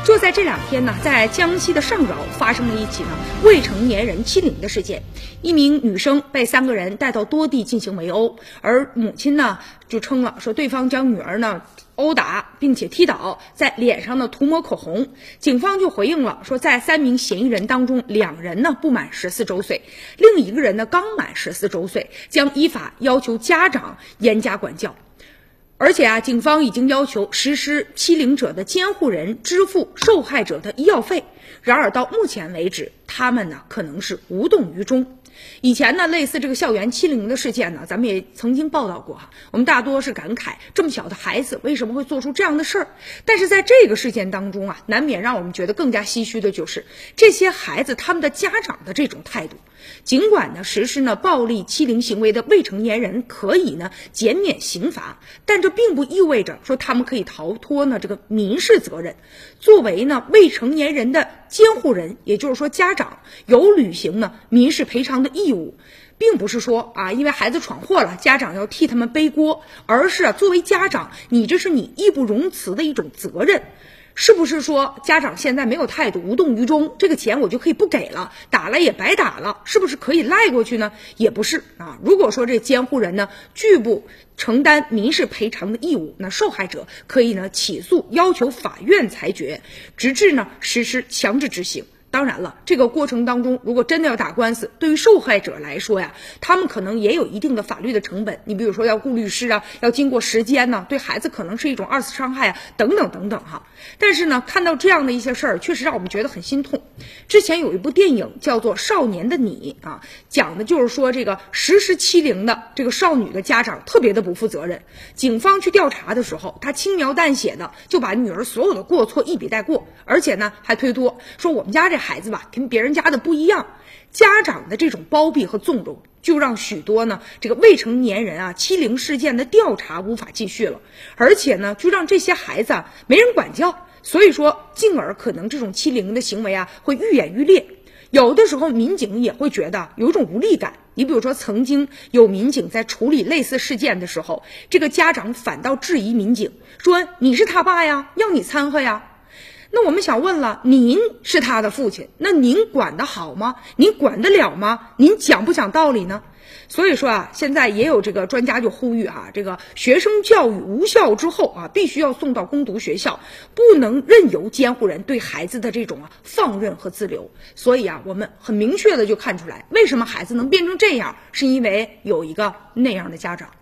就在这2天呢，在江西的上饶发生了一起未成年人欺凌的事件。一名女生被3个人带到多地进行围殴，而母亲呢就称了说对方将女儿呢殴打并且踢倒，在脸上呢涂抹口红。警方就回应了说，在3名嫌疑人当中，2人呢不满14周岁，另1个人呢刚满14周岁，将依法要求家长严加管教。而且警方已经要求实施欺凌者的监护人支付受害者的医药费。然而到目前为止，他们呢可能是无动于衷。以前呢，类似这个校园欺凌的事件呢，咱们也曾经报道过我们大多是感慨这么小的孩子为什么会做出这样的事儿。但是在这个事件当中难免让我们觉得更加唏嘘的就是这些孩子他们的家长的这种态度。尽管呢实施暴力欺凌行为的未成年人可以减免刑罚，但这并不意味着说他们可以逃脱这个民事责任。作为未成年人的监护人，也就是说家长有履行民事赔偿的义务，并不是说因为孩子闯祸了，家长要替他们背锅，而是作为家长，这是你义不容辞的一种责任。是不是说家长现在没有态度，无动于衷，这个钱我就可以不给了，打了也白打了，是不是可以赖过去呢？也不是如果说这监护人拒不承担民事赔偿的义务，那受害者可以起诉，要求法院裁决，直至实施强制执行。当然了，这个过程当中，如果真的要打官司，对于受害者来说他们可能也有一定的法律的成本。你比如说要雇律师要经过时间对孩子可能是一种2次伤害等等等等但是看到这样的一些事儿，确实让我们觉得很心痛。之前有一部电影叫做《少年的你》讲的就是说这个实施欺凌的这个少女的家长特别的不负责任。警方去调查的时候，他轻描淡写的就把女儿所有的过错一笔带过，而且还推脱说我们家这孩子跟别人家的不一样。家长的这种包庇和纵容，就让许多这个未成年人欺凌事件的调查无法继续了，而且就让这些孩子没人管教，所以说进而可能这种欺凌的行为会愈演愈烈。有的时候民警也会觉得有一种无力感。你比如说曾经有民警在处理类似事件的时候，这个家长反倒质疑民警说，你是他爸呀，要你掺和呀。那我们想问了，您是他的父亲，那您管得好吗？您管得了吗？您讲不讲道理呢？所以说现在也有这个专家就呼吁这个学生教育无效之后必须要送到攻读学校，不能任由监护人对孩子的这种放任和自留。所以我们很明确的就看出来，为什么孩子能变成这样，是因为有一个那样的家长。